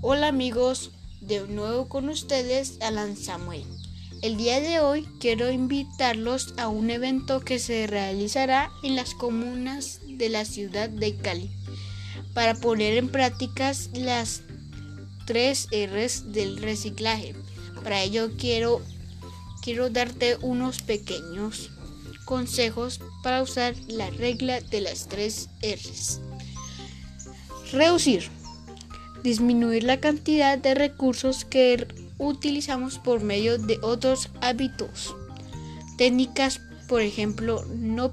Hola amigos, de nuevo con ustedes Alan Samuel. El día de hoy quiero invitarlos a un evento que se realizará en las comunas de la ciudad de Cali para poner en prácticas las 3 R's del reciclaje. Para ello quiero darte unos pequeños consejos para usar la regla de las 3 R's. Reducir. Disminuir la cantidad de recursos que utilizamos por medio de otros hábitos. Técnicas, por ejemplo, no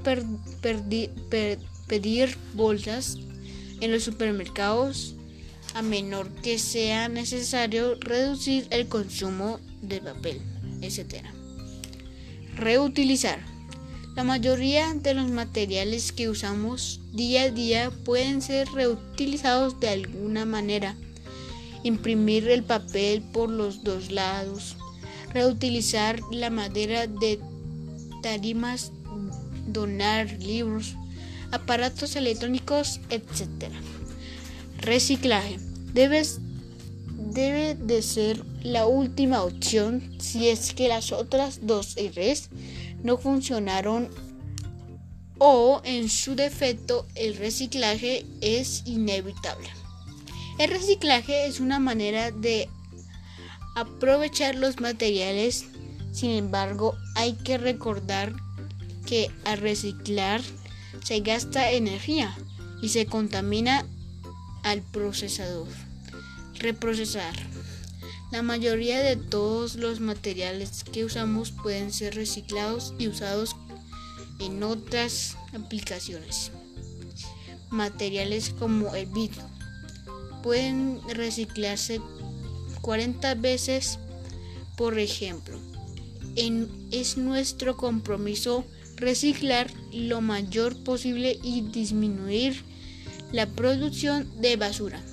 pedir bolsas en los supermercados a menor que sea necesario, reducir el consumo de papel, etc. Reutilizar. La mayoría de los materiales que usamos día a día pueden ser reutilizados de alguna manera. Imprimir el papel por los dos lados. Reutilizar la madera de tarimas. Donar libros, aparatos electrónicos, etc. Reciclaje. Debe de ser la última opción si es que las otras 2 R's no funcionaron o en su defecto el reciclaje es inevitable. El reciclaje es una manera de aprovechar los materiales, sin embargo hay que recordar que al reciclar se gasta energía y se contamina al procesador. Reprocesar. La mayoría de todos los materiales que usamos pueden ser reciclados y usados en otras aplicaciones. Materiales como el vidrio pueden reciclarse 40 veces, por ejemplo. Es nuestro compromiso reciclar lo mayor posible y disminuir la producción de basura.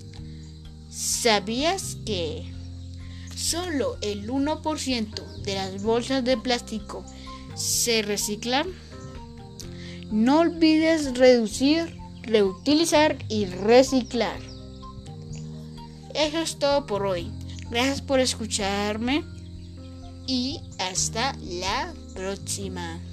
¿Sabías que solo el 1% de las bolsas de plástico se reciclan? No olvides reducir, reutilizar y reciclar. Eso es todo por hoy. Gracias por escucharme y hasta la próxima.